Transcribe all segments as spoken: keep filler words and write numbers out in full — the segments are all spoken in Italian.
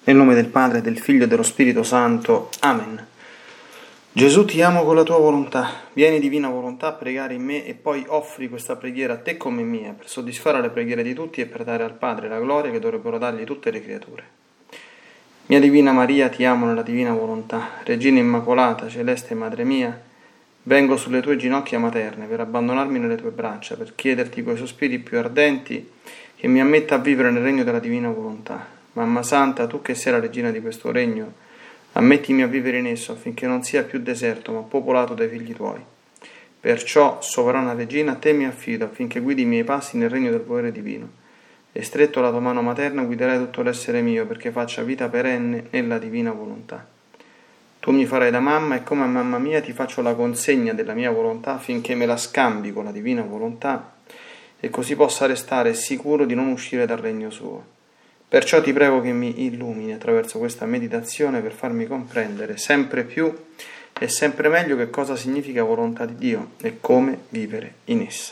Nel nome del Padre, del Figlio e dello Spirito Santo. Amen. Gesù, ti amo con la tua volontà. Vieni, divina volontà, a pregare in me e poi offri questa preghiera a te come mia, per soddisfare le preghiere di tutti e per dare al Padre la gloria che dovrebbero dargli tutte le creature. Mia Divina Maria, ti amo nella divina volontà. Regina Immacolata, celeste Madre mia, vengo sulle tue ginocchia materne per abbandonarmi nelle tue braccia, per chiederti coi sospiri più ardenti che mi ammetta a vivere nel regno della divina volontà. Mamma Santa, tu che sei la regina di questo regno, ammettimi a vivere in esso affinché non sia più deserto ma popolato dai figli tuoi. Perciò, sovrana regina, a te mi affido affinché guidi i miei passi nel regno del volere divino. E stretto la tua mano materna guiderai tutto l'essere mio perché faccia vita perenne nella divina volontà. Tu mi farai da mamma e come a mamma mia ti faccio la consegna della mia volontà affinché me la scambi con la divina volontà e così possa restare sicuro di non uscire dal regno suo. Perciò ti prego che mi illumini attraverso questa meditazione per farmi comprendere sempre più e sempre meglio che cosa significa volontà di Dio e come vivere in essa.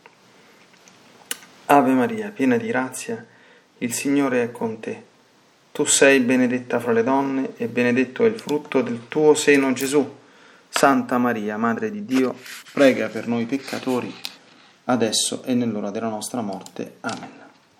Ave Maria, piena di grazia, il Signore è con te. Tu sei benedetta fra le donne e benedetto è il frutto del tuo seno, Gesù. Santa Maria, Madre di Dio, prega per noi peccatori, adesso e nell'ora della nostra morte. Amen.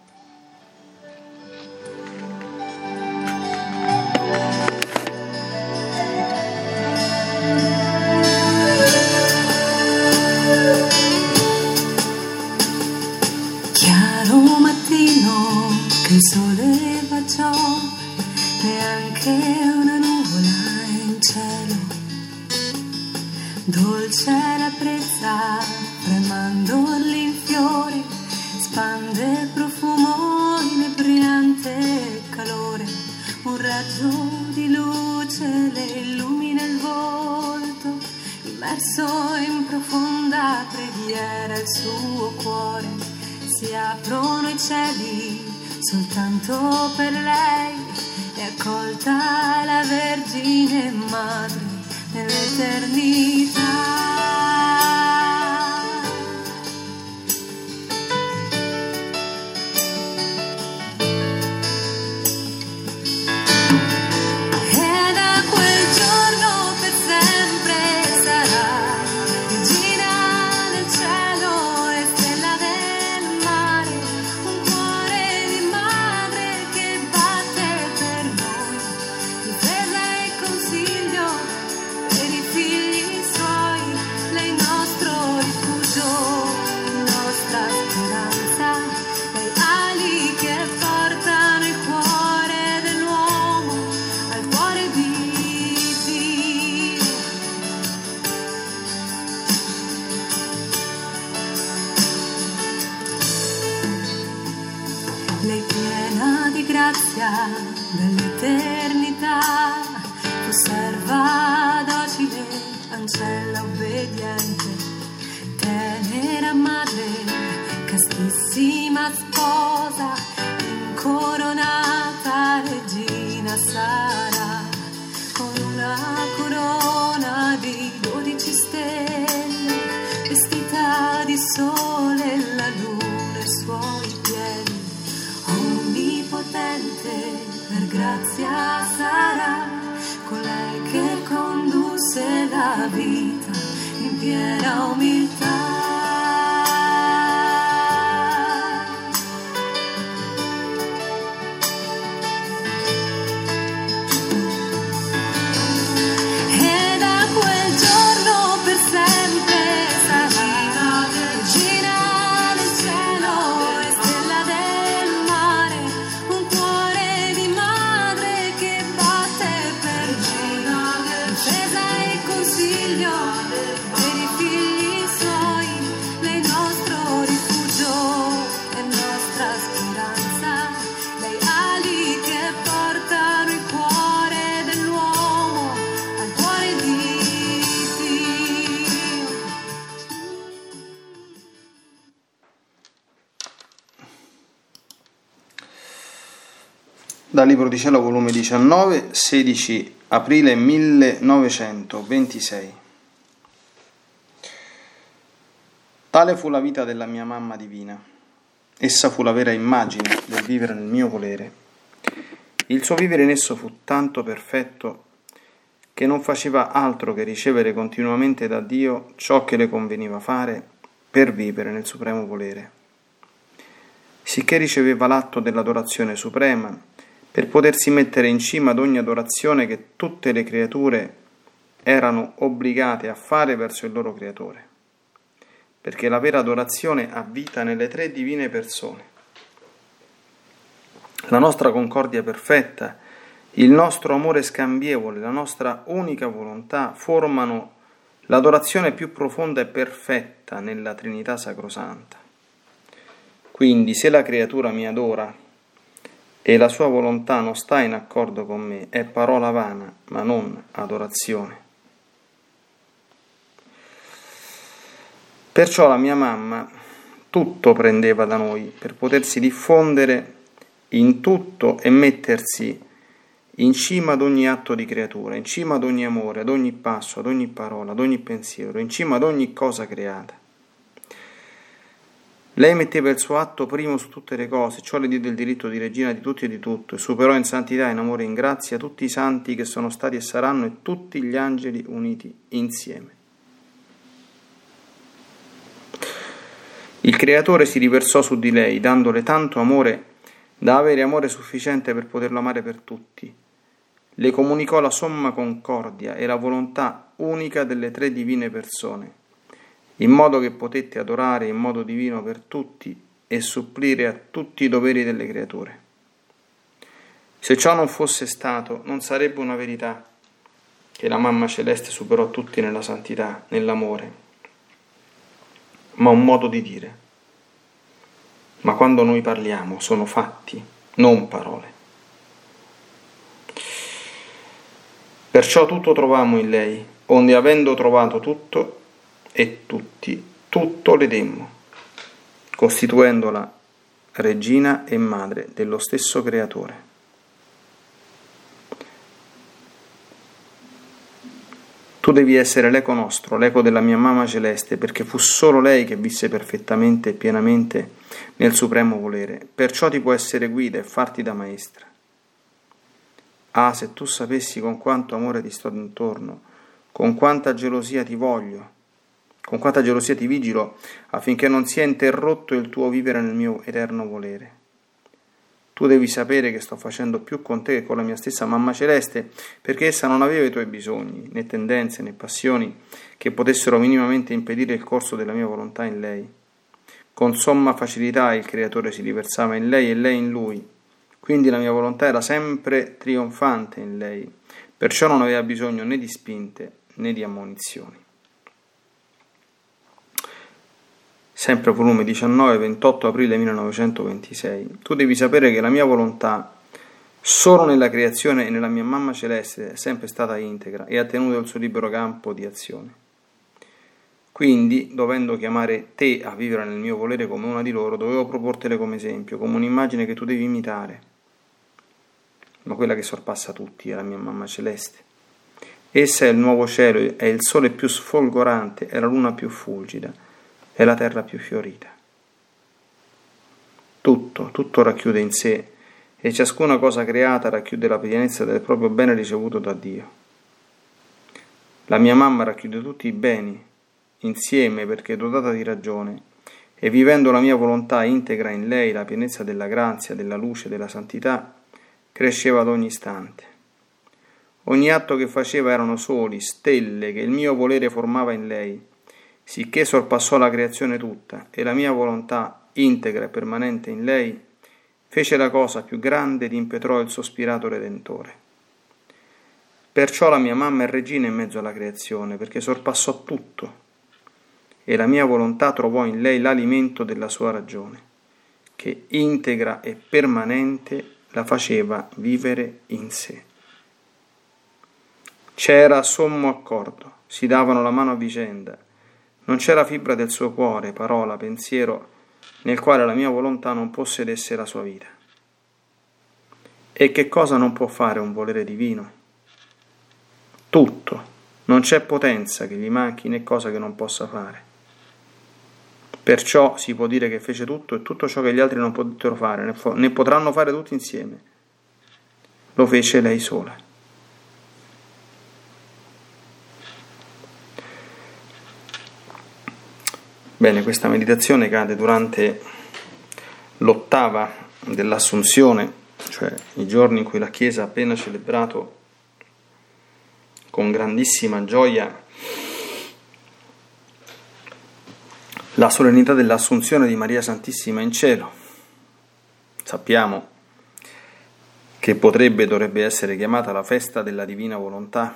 Il sole baciò e anche una nuvola in cielo, dolce la brezza tremando lì fiore, spande profumo inebriante calore, un raggio di luce le illumina il volto, immerso in profonda preghiera il suo cuore, si aprono i cieli soltanto per lei, è accolta la Vergine Madre nell'eternità. E da quel giorno per sempre sarà regina del cielo e stella del mare, un cuore di madre che batte per noi, difesa e consiglio per i figli suoi, lei nostro rifugio, nostra speranza, lei ali che portano il cuore dell'uomo al cuore di Dio. Lei piena di grazia dall'eternità, tu serva docile, ancella obbediente, tenera madre, castissima sposa, incoronata regina sarà, con una corona di dodici stelle, vestita di sole la luna ai suoi piedi. Onnipotente per grazia sarà, colei che condusse la vita in piena umiltà. E da quel giorno per sempre sarà regina del cielo e stella del mare, un cuore di madre che batte per noi, difesa e consiglio per i figli suoi, lei nostro rifugio e nostra speranza, lei ali che portano il cuore dell'uomo al cuore di Dio. Dal Libro di Cielo, volume diciannove, sedici aprile millenovecentoventisei. Tale fu la vita della mia mamma divina. Essa fu la vera immagine del vivere nel mio volere. Il suo vivere in esso fu tanto perfetto che non faceva altro che ricevere continuamente da Dio ciò che le conveniva fare per vivere nel supremo volere. Sicché riceveva l'atto dell'adorazione suprema per potersi mettere in cima ad ogni adorazione che tutte le creature erano obbligate a fare verso il loro creatore, perché la vera adorazione ha vita nelle tre divine persone. La nostra concordia perfetta, il nostro amore scambievole, la nostra unica volontà formano l'adorazione più profonda e perfetta nella Trinità Sacrosanta. Quindi se la creatura mi adora e la sua volontà non sta in accordo con me, è parola vana, ma non adorazione. Perciò la mia mamma tutto prendeva da noi per potersi diffondere in tutto e mettersi in cima ad ogni atto di creatura, in cima ad ogni amore, ad ogni passo, ad ogni parola, ad ogni pensiero, in cima ad ogni cosa creata. Lei metteva il suo atto primo su tutte le cose, ciò le diede il diritto di regina di tutti e di tutto, e superò in santità, in amore e in grazia tutti i santi che sono stati e saranno e tutti gli angeli uniti insieme. Il Creatore si riversò su di lei, dandole tanto amore da avere amore sufficiente per poterlo amare per tutti. Le comunicò la somma concordia e la volontà unica delle tre divine persone, in modo che potette adorare in modo divino per tutti e supplire a tutti i doveri delle creature. Se ciò non fosse stato, non sarebbe una verità che la Mamma Celeste superò tutti nella santità, nell'amore, ma un modo di dire. Ma quando noi parliamo sono fatti, non parole. Perciò tutto trovammo in lei, onde avendo trovato tutto e tutti, tutto le demmo, costituendola regina e madre dello stesso Creatore. Tu devi essere l'eco nostro, l'eco della mia Mamma Celeste, perché fu solo lei che visse perfettamente e pienamente nel supremo volere, perciò ti può essere guida e farti da maestra. Ah, se tu sapessi con quanto amore ti sto intorno, con quanta gelosia ti voglio, con quanta gelosia ti vigilo, affinché non sia interrotto il tuo vivere nel mio eterno volere. Tu devi sapere che sto facendo più con te che con la mia stessa Mamma Celeste, perché essa non aveva i tuoi bisogni, né tendenze, né passioni che potessero minimamente impedire il corso della mia volontà in lei. Con somma facilità il Creatore si riversava in lei e lei in lui, quindi la mia volontà era sempre trionfante in lei, perciò non aveva bisogno né di spinte né di ammonizioni. Sempre volume diciannove, ventotto aprile millenovecentoventisei. Tu devi sapere che la mia volontà, solo nella creazione e nella mia Mamma Celeste, è sempre stata integra e ha tenuto il suo libero campo di azione. Quindi, dovendo chiamare te a vivere nel mio volere come una di loro, dovevo proportele come esempio, come un'immagine che tu devi imitare. Ma quella che sorpassa tutti è la mia Mamma Celeste. Essa è il nuovo cielo, è il sole più sfolgorante, è la luna più fulgida, è la terra più fiorita. Tutto, tutto racchiude in sé, e ciascuna cosa creata racchiude la pienezza del proprio bene ricevuto da Dio. La mia mamma racchiude tutti i beni insieme perché è dotata di ragione, e vivendo la mia volontà integra in lei la pienezza della grazia, della luce, della santità, cresceva ad ogni istante. Ogni atto che faceva erano soli, stelle che il mio volere formava in lei, sicché sorpassò la creazione tutta, e la mia volontà, integra e permanente in lei, fece la cosa più grande ed impetrò il sospirato Redentore. Perciò la mia mamma è regina in mezzo alla creazione, perché sorpassò tutto, e la mia volontà trovò in lei l'alimento della sua ragione, che integra e permanente la faceva vivere in sé. C'era sommo accordo, si davano la mano a vicenda. Non c'era fibra del suo cuore, parola, pensiero, nel quale la mia volontà non possedesse la sua vita. E che cosa non può fare un volere divino? Tutto. Non c'è potenza che gli manchi né cosa che non possa fare. Perciò si può dire che fece tutto e tutto ciò che gli altri non potettero fare, né potranno fare tutti insieme. lo fece lei sola. Bene, questa meditazione cade durante l'ottava dell'Assunzione, cioè i giorni in cui la Chiesa ha appena celebrato con grandissima gioia la solennità dell'Assunzione di Maria Santissima in cielo. Sappiamo che potrebbe e dovrebbe essere chiamata la festa della Divina Volontà,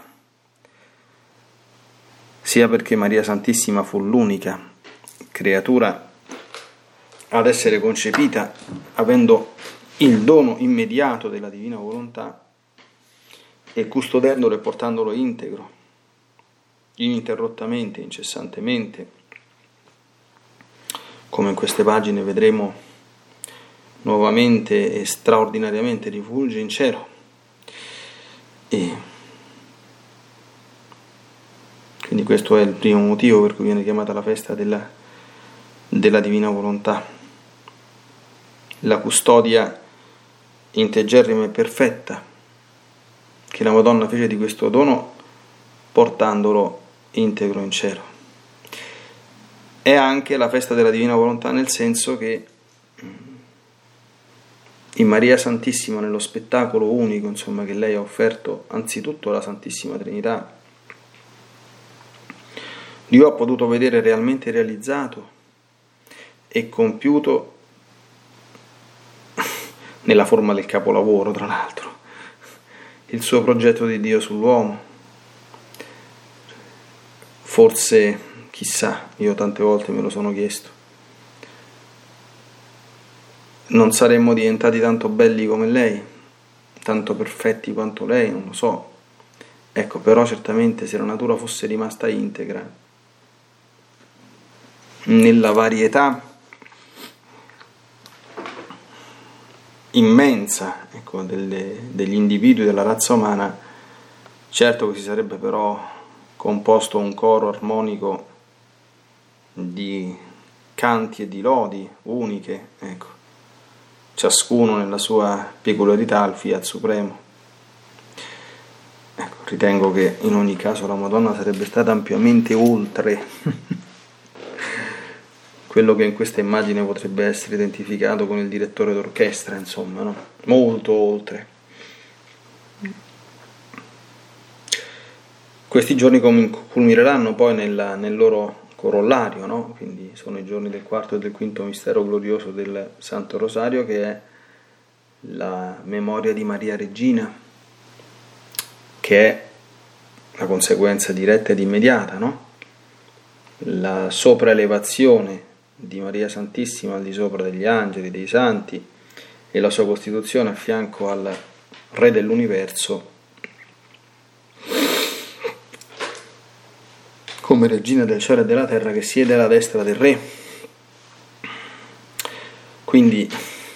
sia perché Maria Santissima fu l'unica creatura ad essere concepita avendo il dono immediato della Divina Volontà e custodendolo e portandolo integro, ininterrottamente, incessantemente, come in queste pagine vedremo nuovamente e straordinariamente rifulge in cielo. E quindi questo è il primo motivo per cui viene chiamata la festa della, della Divina Volontà, la custodia integerrima e perfetta che la Madonna fece di questo dono portandolo integro in cielo. È anche la festa della Divina Volontà nel senso che in Maria Santissima, nello spettacolo unico insomma che lei ha offerto anzitutto alla Santissima Trinità, Dio ha potuto vedere realmente realizzato e compiuto nella forma del capolavoro, tra l'altro, il suo progetto di Dio sull'uomo. Forse, chissà, io tante volte me lo sono chiesto, non saremmo diventati tanto belli come lei, tanto perfetti quanto lei, non lo so. Ecco, però certamente se la natura fosse rimasta integra, nella varietà immensa, ecco, delle, degli individui della razza umana, certo che si sarebbe però composto un coro armonico di canti e di lodi uniche, ecco, ciascuno nella sua peculiarità al Fiat Supremo. Ecco, ritengo che in ogni caso la Madonna sarebbe stata ampiamente oltre quello che in questa immagine potrebbe essere identificato con il direttore d'orchestra, insomma, no? Molto oltre. Questi giorni culmineranno poi nella, nel loro corollario, no? Quindi sono i giorni del quarto e del quinto mistero glorioso del Santo Rosario, che è la memoria di Maria Regina, che è la conseguenza diretta ed immediata, no? La sopraelevazione di Maria Santissima al di sopra degli angeli, dei santi, e la sua costituzione a fianco al Re dell'universo come regina del cielo e della terra, che siede alla destra del Re. Quindi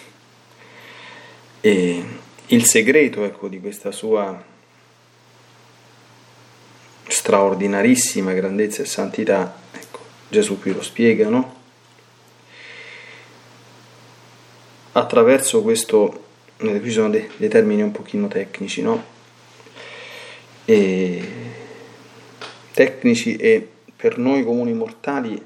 eh, il segreto, ecco, di questa sua straordinarissima grandezza e santità, ecco, Gesù qui lo spiega, no? Attraverso questo, qui sono dei, dei termini un pochino tecnici, no? E tecnici e per noi comuni mortali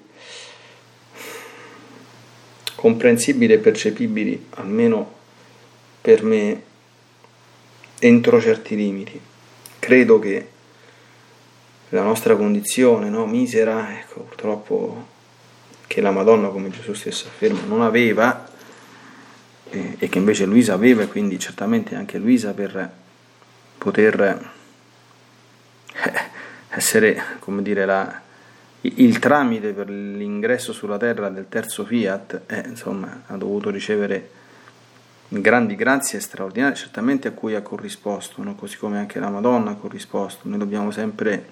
comprensibili e percepibili, almeno per me, entro certi limiti. Credo che la nostra condizione, no, misera, ecco, purtroppo, che la Madonna, come Gesù stesso afferma, non aveva, eh, e che invece Luisa aveva, e quindi certamente anche Luisa, per poter eh, essere, come dire, la, il tramite per l'ingresso sulla terra del terzo Fiat, eh, insomma, ha dovuto ricevere grandi grazie straordinarie, certamente a cui ha corrisposto, no? Così come anche la Madonna ha corrisposto. Noi dobbiamo sempre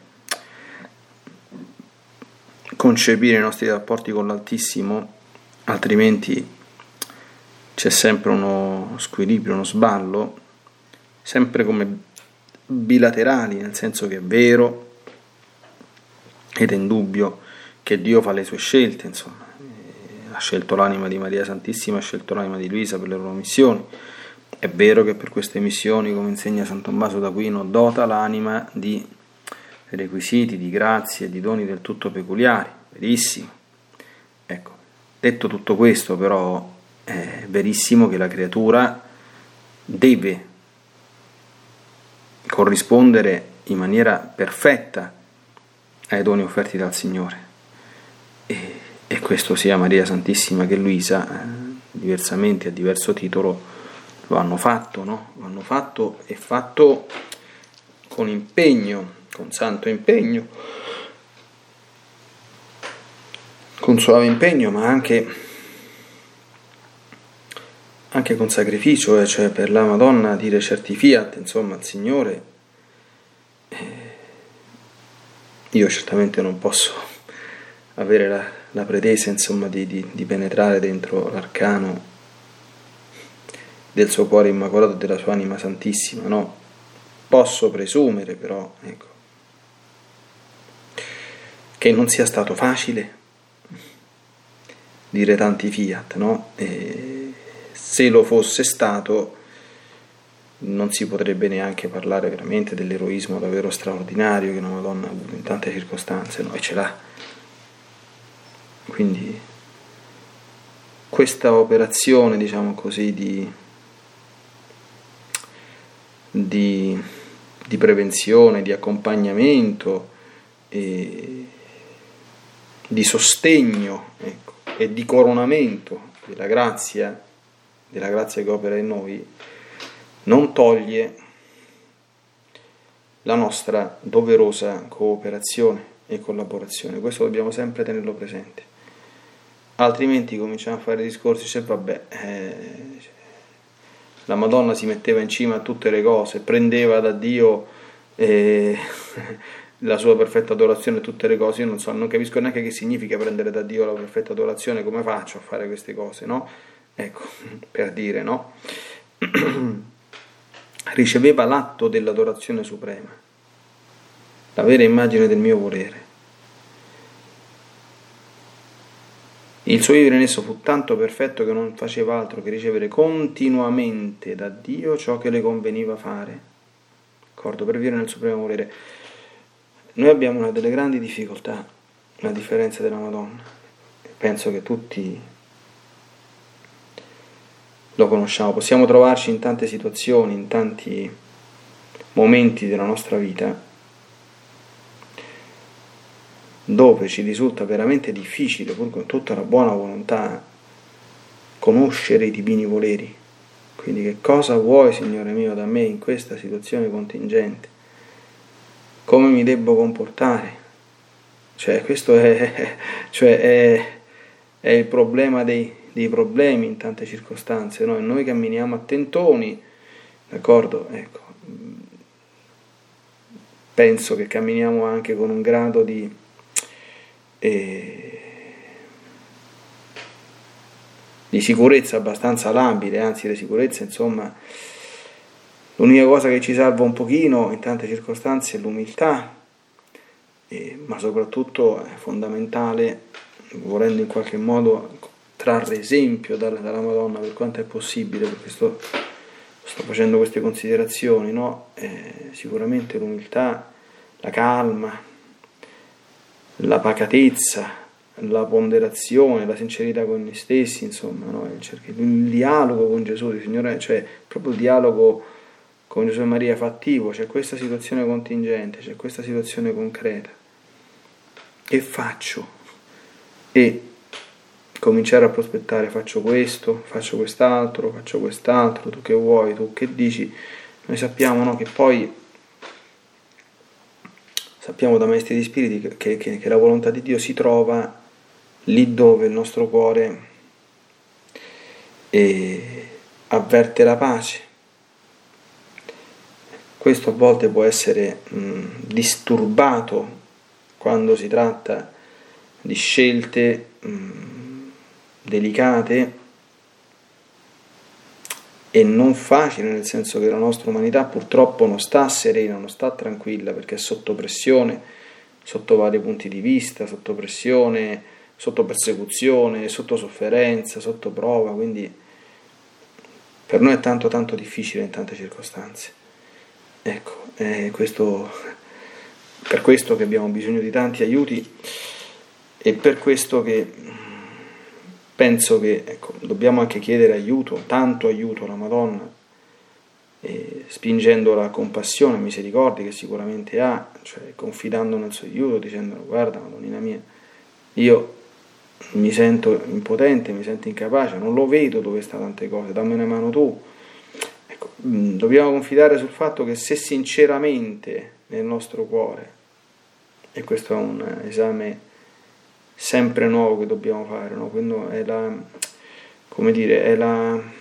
concepire i nostri rapporti con l'Altissimo, altrimenti c'è sempre uno squilibrio, uno sballo, sempre come bilaterali, nel senso che è vero ed è indubbio che Dio fa le sue scelte, insomma, ha scelto l'anima di Maria Santissima, ha scelto l'anima di Luisa per le loro missioni, È vero che per queste missioni, come insegna San Tommaso d'Aquino, dota l'anima di requisiti, di grazie, di doni del tutto peculiari, verissimo. Ecco, detto tutto questo, però è verissimo che la creatura deve corrispondere in maniera perfetta ai doni offerti dal Signore, e, e questo sia Maria Santissima che Luisa, eh, diversamente, a diverso titolo, lo hanno fatto, no? Lo hanno fatto e fatto con impegno, con santo impegno, con suave impegno, ma anche, anche con sacrificio, eh, cioè per la Madonna dire certi fiat, insomma, al Signore. Eh, io certamente non posso avere la, la pretesa, insomma, di, di, di penetrare dentro l'arcano del suo cuore immacolato e della sua anima santissima, no? Posso presumere, però, ecco, che non sia stato facile dire tanti fiat, no? E se lo fosse stato, non si potrebbe neanche parlare veramente dell'eroismo davvero straordinario che una Madonna ha avuto in tante circostanze, no? E ce l'ha. Quindi questa operazione, diciamo così, di, di, di prevenzione, di accompagnamento e di sostegno, ecco, e di coronamento della grazia, della grazia che opera in noi, non toglie la nostra doverosa cooperazione e collaborazione. Questo dobbiamo sempre tenerlo presente, altrimenti cominciamo a fare discorsi, cioè vabbè, eh, la Madonna si metteva in cima a tutte le cose, prendeva da Dio eh, la sua perfetta adorazione a tutte le cose. Io non so, non capisco neanche che significa prendere da Dio la perfetta adorazione, come faccio a fare queste cose, no? Ecco, per dire, no? Riceveva l'atto dell'adorazione suprema, la vera immagine del mio volere. Il suo vivere in esso fu tanto perfetto che non faceva altro che ricevere continuamente da Dio ciò che le conveniva fare, d'accordo, per vivere nel supremo volere. Noi abbiamo una delle grandi difficoltà, a differenza della Madonna, penso che tutti lo conosciamo, possiamo trovarci in tante situazioni, in tanti momenti della nostra vita, dove ci risulta veramente difficile, pur con tutta la buona volontà, conoscere i divini voleri. Quindi che cosa vuoi, Signore mio, da me in questa situazione contingente? Come mi debbo comportare? Cioè, questo è, cioè è, è il problema dei, dei problemi in tante circostanze, no? E noi camminiamo a tentoni, d'accordo? Ecco, penso che camminiamo anche con un grado di eh, di sicurezza abbastanza labile, anzi le sicurezze, insomma, l'unica cosa che ci salva un pochino in tante circostanze è l'umiltà, eh, ma soprattutto è fondamentale, volendo in qualche modo trarre esempio dalla, dalla Madonna per quanto è possibile, perché sto, sto facendo queste considerazioni, no? Eh, sicuramente l'umiltà, la calma, la pacatezza, la ponderazione, la sincerità con noi stessi, insomma, no? il, il dialogo con Gesù, il Signore, cioè proprio il dialogo con Gesù e Maria fattivo. C'è questa situazione contingente, c'è questa situazione concreta. Che faccio? E cominciare a prospettare, faccio questo, faccio quest'altro, faccio quest'altro, tu che vuoi, tu che dici. Noi sappiamo, no, che poi sappiamo da maestri di spiriti che, che, che la volontà di Dio si trova lì dove il nostro cuore eh, avverte la pace. Questo a volte può essere mh, disturbato quando si tratta di scelte mh, delicate e non facile, nel senso che la nostra umanità purtroppo non sta serena, non sta tranquilla, perché è sotto pressione, sotto vari punti di vista, sotto pressione, sotto persecuzione, sotto sofferenza, sotto prova, quindi per noi è tanto tanto difficile in tante circostanze. Ecco, è questo, per questo che abbiamo bisogno di tanti aiuti e per questo che penso che ecco, dobbiamo anche chiedere aiuto, tanto aiuto alla Madonna, e spingendola a compassione, a misericordia che sicuramente ha, cioè confidando nel suo aiuto, dicendo guarda Madonnina mia, io mi sento impotente, mi sento incapace, non lo vedo dove sta tante cose, dammi una mano tu. Ecco, dobbiamo confidare sul fatto che se sinceramente nel nostro cuore, e questo è un esame sempre nuovo che dobbiamo fare, no? Quindi è la, come dire, è la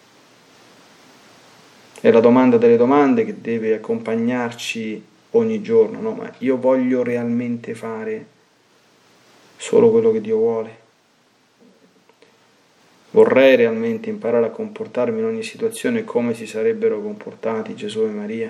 è la domanda delle domande che deve accompagnarci ogni giorno, no? Ma io voglio realmente fare solo quello che Dio vuole? Vorrei realmente imparare a comportarmi in ogni situazione come si sarebbero comportati Gesù e Maria?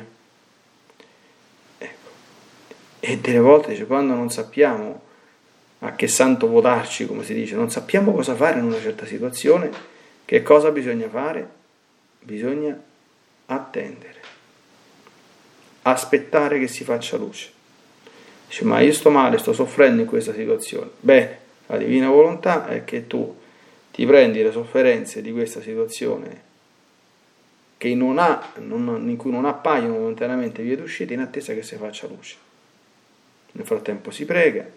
Ecco. E delle volte, cioè, quando non sappiamo a che santo votarci, come si dice, non sappiamo cosa fare in una certa situazione, che cosa bisogna fare? Bisogna attendere, aspettare che si faccia luce. Dice, ma io sto male, sto soffrendo in questa situazione. Bene, la divina volontà è che tu ti prendi le sofferenze di questa situazione che non ha, non, in cui non appaiono momentaneamente vie d'uscita, in attesa che si faccia luce. Nel frattempo si prega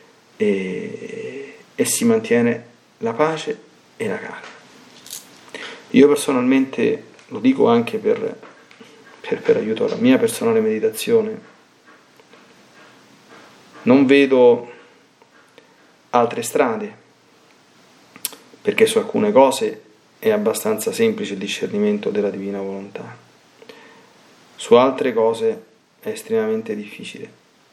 e, e si mantiene la pace e la calma. Io personalmente, lo dico anche per, per, per aiuto alla mia personale meditazione, non vedo altre strade, perché su alcune cose è abbastanza semplice il discernimento della divina volontà, su altre cose è estremamente difficile.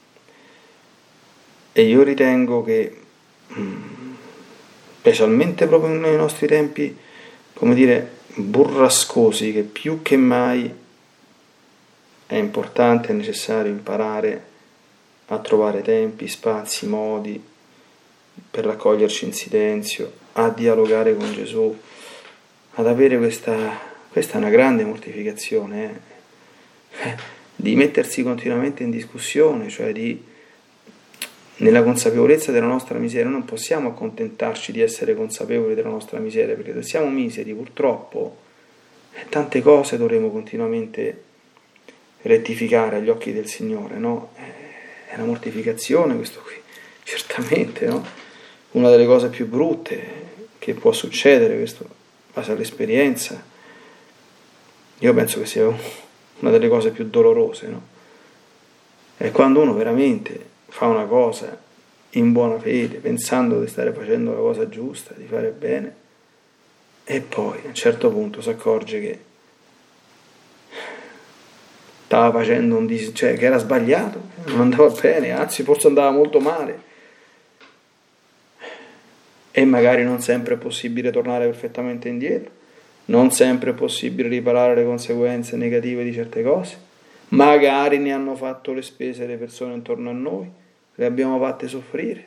E io ritengo che, specialmente proprio nei nostri tempi, come dire, burrascosi, che più che mai è importante e necessario imparare a trovare tempi, spazi, modi per raccoglierci in silenzio, a dialogare con Gesù, ad avere questa, questa è una grande mortificazione, eh? di mettersi continuamente in discussione, cioè di, nella consapevolezza della nostra miseria. Non possiamo accontentarci di essere consapevoli della nostra miseria, perché se siamo miseri purtroppo tante cose dovremo continuamente rettificare agli occhi del Signore, no? È una mortificazione questo qui, certamente, no? Una delle cose più brutte che può succedere, questo in base all'esperienza, io penso che sia una delle cose più dolorose, no? È quando uno veramente fa una cosa in buona fede, pensando di stare facendo la cosa giusta, di fare bene, e poi a un certo punto si accorge che stava facendo un dis- cioè che era sbagliato, non andava bene, anzi forse andava molto male, e magari non sempre è possibile tornare perfettamente indietro, non sempre è possibile riparare le conseguenze negative di certe cose, magari ne hanno fatto le spese le persone intorno a noi, le abbiamo fatte soffrire.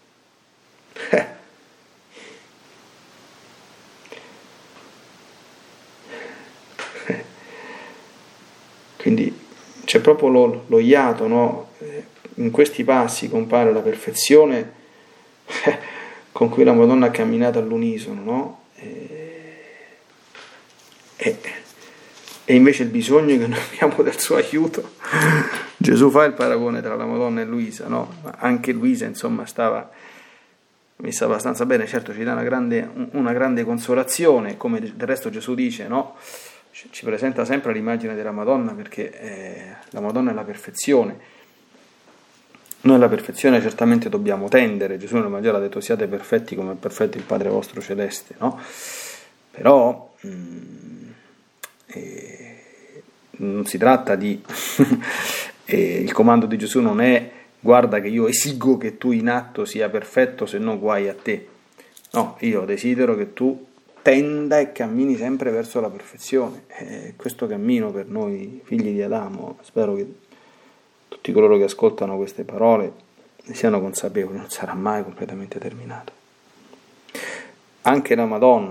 Quindi c'è proprio lo, lo iato, no? In questi passi compare la perfezione con cui la Madonna ha camminato all'unisono, no? E, e, e invece il bisogno che noi abbiamo del suo aiuto. Gesù fa il paragone tra la Madonna e Luisa, no? Ma anche Luisa, insomma, stava messa abbastanza bene, certo ci dà una grande, una grande consolazione, come del resto Gesù dice, no? Ci presenta sempre l'immagine della Madonna, perché eh, la Madonna è la perfezione. Noi alla perfezione certamente dobbiamo tendere. Gesù nel Vangelo ha detto siate perfetti come è perfetto il Padre vostro celeste, no? Però mh, eh, non si tratta di eh, il comando di Gesù non è guarda che io esigo che tu in atto sia perfetto, se no guai a te. No, io desidero che tu tenda e cammini sempre verso la perfezione. Eh, questo cammino per noi figli di Adamo, spero che tutti coloro che ascoltano queste parole ne siano consapevoli, non sarà mai completamente terminato. Anche la Madonna,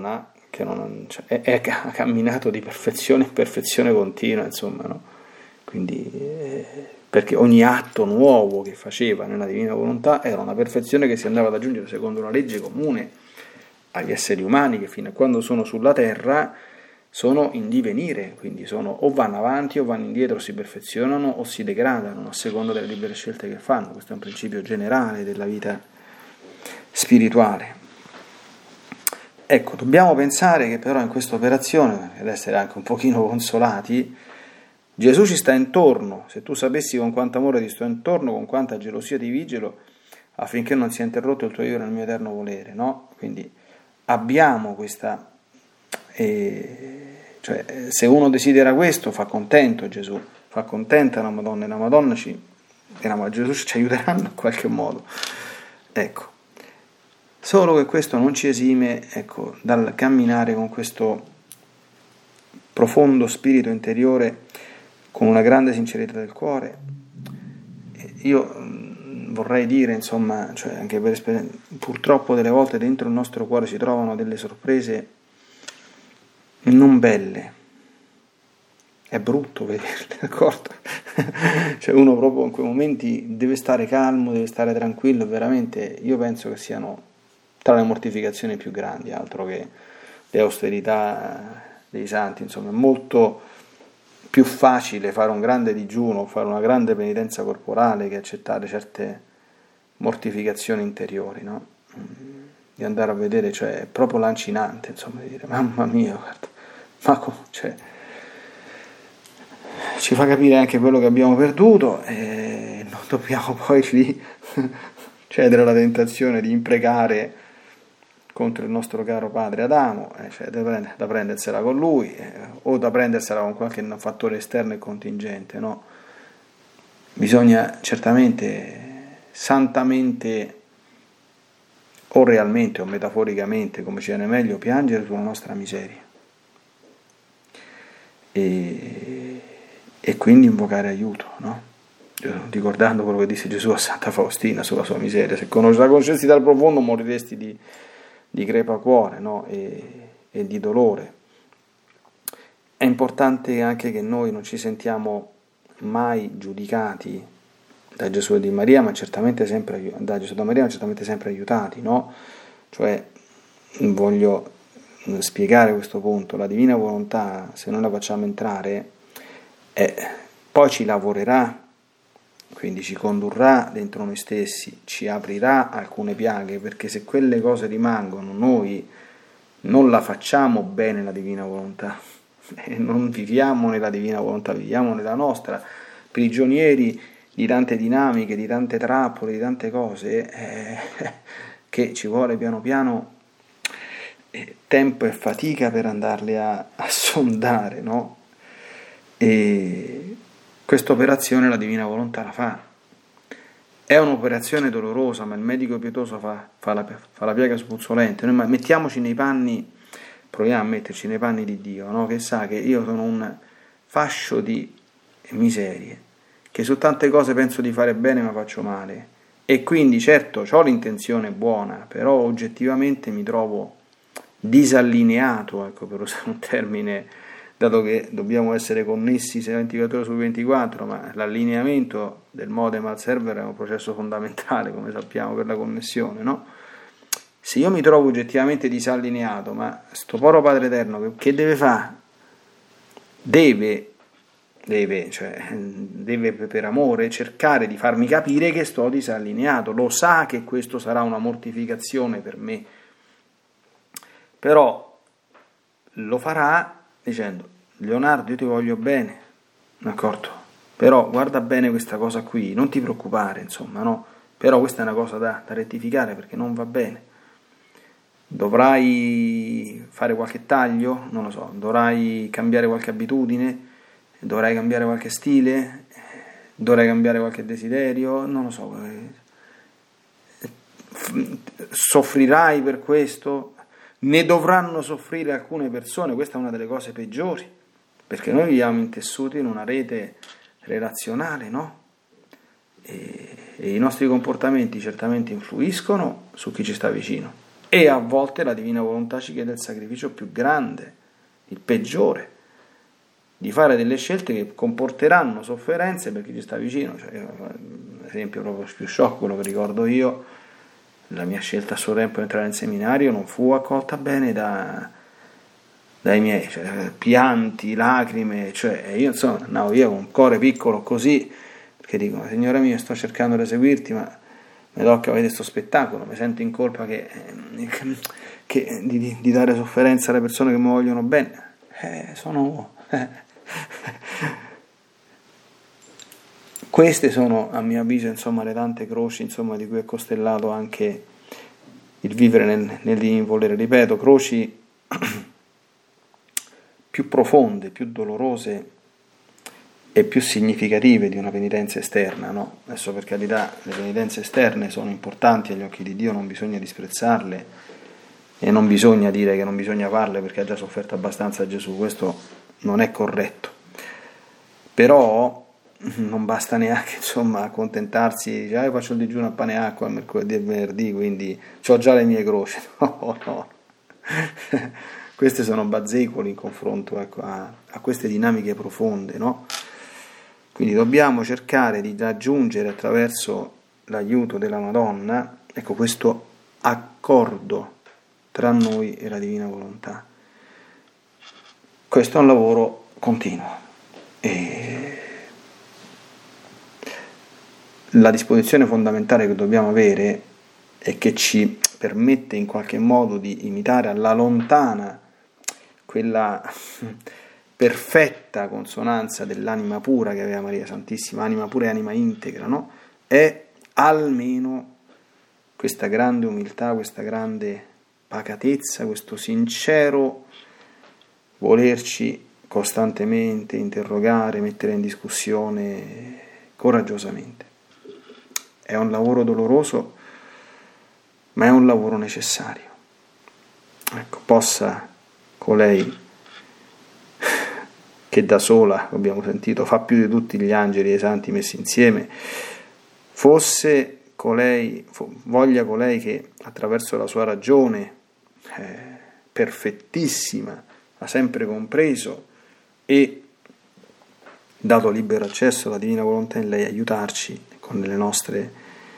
che non, cioè, è, è, ha camminato di perfezione in perfezione continua, insomma, no? Quindi, eh, perché ogni atto nuovo che faceva nella divina volontà era una perfezione che si andava ad aggiungere secondo una legge comune agli esseri umani che fino a quando sono sulla terra sono in divenire, quindi sono o vanno avanti o vanno indietro, si perfezionano o si degradano a seconda delle libere scelte che fanno. Questo è un principio generale della vita spirituale. Ecco, dobbiamo pensare che però in questa operazione, ed essere anche un pochino consolati, Gesù ci sta intorno. Se tu sapessi con quanto amore ti sto intorno, con quanta gelosia ti vigilo, affinché non sia interrotto il tuo vivere nel mio eterno volere, no? Quindi abbiamo questa... E, cioè, se uno desidera questo, fa contento Gesù, fa contenta la Madonna, e la Madonna ci, e la, Gesù ci aiuteranno in qualche modo. Ecco, solo che questo non ci esime, ecco, dal camminare con questo profondo spirito interiore, con una grande sincerità del cuore. Io vorrei dire, insomma, cioè anche per esperienza, purtroppo delle volte dentro il nostro cuore si trovano delle sorprese non belle, è brutto vederle, d'accordo? Cioè uno proprio in quei momenti deve stare calmo, deve stare tranquillo, veramente io penso che siano tra le mortificazioni più grandi, altro che le austerità dei santi, insomma è molto più facile fare un grande digiuno, fare una grande penitenza corporale che accettare certe mortificazioni interiori, no? Di andare a vedere, cioè è proprio lancinante, insomma, di dire mamma mia, guarda, ma come, cioè, ci fa capire anche quello che abbiamo perduto e non dobbiamo poi lì cedere alla tentazione di imprecare contro il nostro caro padre Adamo, eh, cioè da, prend- da prendersela con lui eh, o da prendersela con qualche fattore esterno e contingente, no? Bisogna certamente, santamente o realmente o metaforicamente, come ci viene meglio, piangere sulla nostra miseria e, e quindi invocare aiuto, no? Ricordando quello che disse Gesù a Santa Faustina sulla sua miseria: se la conoscessi dal profondo moriresti di, di crepacuore, no? e, e di dolore. È importante anche che noi non ci sentiamo mai giudicati da Gesù e di Maria, ma certamente sempre da Gesù e da Maria, ma certamente sempre aiutati, no? Cioè, voglio spiegare questo punto: la divina volontà, se noi la facciamo entrare, eh, poi ci lavorerà, quindi ci condurrà dentro noi stessi, ci aprirà alcune piaghe, perché se quelle cose rimangono, noi non la facciamo bene la divina volontà, e non viviamo nella divina volontà, viviamo nella nostra, prigionieri di tante dinamiche, di tante trappole, di tante cose, eh, che ci vuole piano piano eh, tempo e fatica per andarle a, a sondare, no? E questa operazione la divina volontà la fa. È un'operazione dolorosa, ma il medico pietoso fa, fa, la, fa la piaga spuzzolente. Noi mettiamoci nei panni, proviamo a metterci nei panni di Dio, no? Che sa che io sono un fascio di miserie, che su tante cose penso di fare bene ma faccio male, e quindi certo ho l'intenzione buona, però oggettivamente mi trovo disallineato, ecco, per usare un termine, dato che dobbiamo essere connessi ventiquattro ore su ventiquattro, ma l'allineamento del modem al server è un processo fondamentale, come sappiamo, per la connessione, no? Se io mi trovo oggettivamente disallineato, ma sto povero Padre Eterno che deve fare? Deve Deve, cioè, deve per amore cercare di farmi capire che sto disallineato, lo sa che questo sarà una mortificazione per me, però lo farà dicendo: Leonardo, io ti voglio bene, d'accordo? Però guarda bene questa cosa qui, non ti preoccupare, insomma, no? Però questa è una cosa da, da rettificare perché non va bene. Dovrai fare qualche taglio? Non lo so, dovrai cambiare qualche abitudine? Dovrai cambiare qualche stile? Dovrai cambiare qualche desiderio? Non lo so. Soffrirai per questo? Ne dovranno soffrire alcune persone? Questa è una delle cose peggiori, perché noi viviamo intessuti in una rete relazionale, no? E, e i nostri comportamenti certamente influiscono su chi ci sta vicino, e a volte la divina volontà ci chiede il sacrificio più grande, il peggiore, di fare delle scelte che comporteranno sofferenze per chi ci sta vicino. Cioè, un esempio proprio più sciocco, quello che ricordo io: la mia scelta a suo tempo di entrare in seminario non fu accolta bene da, dai miei, cioè, pianti, lacrime, cioè io insomma andavo via con un cuore piccolo così, perché dico: Signore mio, sto cercando di seguirti, ma mi tocca vedere questo spettacolo, mi sento in colpa che, che, di, di dare sofferenza alle persone che mi vogliono bene. Eh, sono... Eh. Queste sono, a mio avviso, insomma, le tante croci, insomma, di cui è costellato anche il vivere nel, nel divinvolere. Ripeto, croci più profonde, più dolorose e più significative di una penitenza esterna, no? Adesso, per carità, le penitenze esterne sono importanti agli occhi di Dio, non bisogna disprezzarle e non bisogna dire che non bisogna farle perché ha già sofferto abbastanza Gesù, questo non è corretto. Però non basta neanche, insomma, accontentarsi, dice: ah, io faccio il digiuno a pane e acqua il mercoledì e il venerdì, quindi ho già le mie croci. No, no. Queste sono bazzecoli in confronto, ecco, a, a queste dinamiche profonde, no? Quindi dobbiamo cercare di raggiungere attraverso l'aiuto della Madonna, ecco, questo accordo tra noi e la divina volontà. Questo è un lavoro continuo e la disposizione fondamentale che dobbiamo avere e che ci permette in qualche modo di imitare alla lontana quella perfetta consonanza dell'anima pura che aveva Maria Santissima, anima pura e anima integra, no? È almeno questa grande umiltà, questa grande pacatezza, questo sincero volerci costantemente interrogare, mettere in discussione coraggiosamente. È un lavoro doloroso, ma è un lavoro necessario. Ecco, possa colei che da sola, abbiamo sentito, fa più di tutti gli angeli e i santi messi insieme, fosse colei, voglia colei che attraverso la sua ragione eh, perfettissima ha sempre compreso e dato libero accesso alla divina volontà in lei, aiutarci con le nostre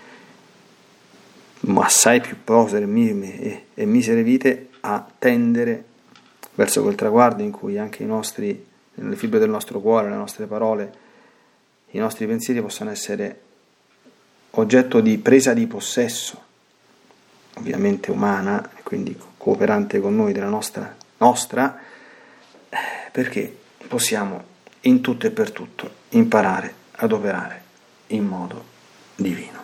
assai più povere e, e misere vite a tendere verso quel traguardo in cui anche i nostri, nelle fibre del nostro cuore, le nostre parole, i nostri pensieri possano essere oggetto di presa di possesso, ovviamente umana, e quindi cooperante con noi della nostra, nostra, perché possiamo in tutto e per tutto imparare ad operare in modo divino.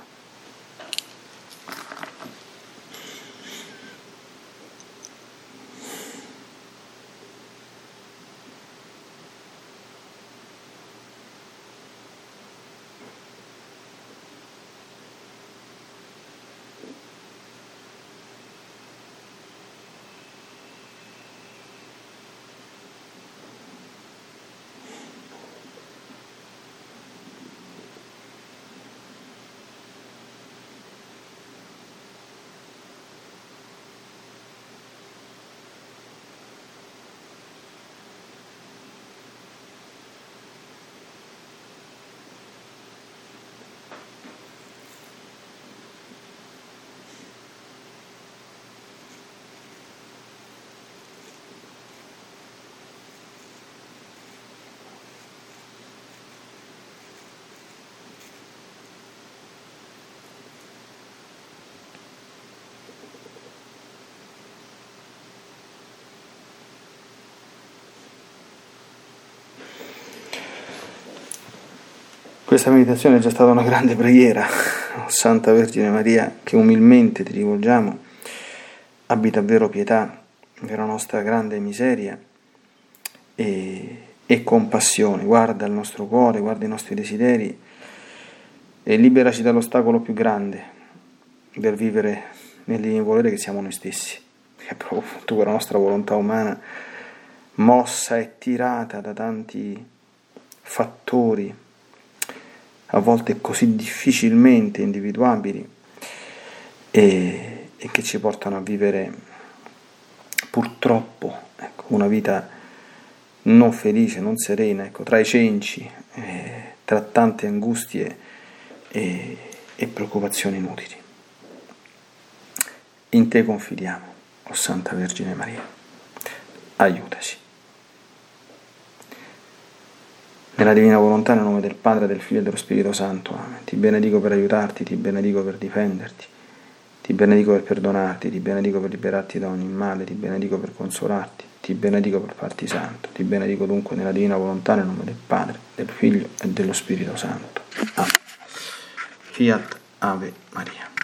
Questa meditazione è già stata una grande preghiera. Santa Vergine Maria, che umilmente ti rivolgiamo, abbi davvero pietà per la nostra grande miseria e, e compassione. Guarda il nostro cuore, guarda i nostri desideri e liberaci dall'ostacolo più grande per vivere nel divino volere che siamo noi stessi, che è proprio appunto quella nostra volontà umana mossa e tirata da tanti fattori a volte così difficilmente individuabili e, e che ci portano a vivere purtroppo ecco, una vita non felice, non serena, ecco, tra i cenci, eh, tra tante angustie e, e preoccupazioni inutili. In te confidiamo, o Santa Vergine Maria, aiutaci. Nella divina volontà, nel nome del Padre, del Figlio e dello Spirito Santo, amen. Ti benedico per aiutarti, ti benedico per difenderti, ti benedico per perdonarti, ti benedico per liberarti da ogni male, ti benedico per consolarti, ti benedico per farti santo, ti benedico dunque nella divina volontà, nel nome del Padre, del Figlio e dello Spirito Santo. Amen. Fiat Ave Maria.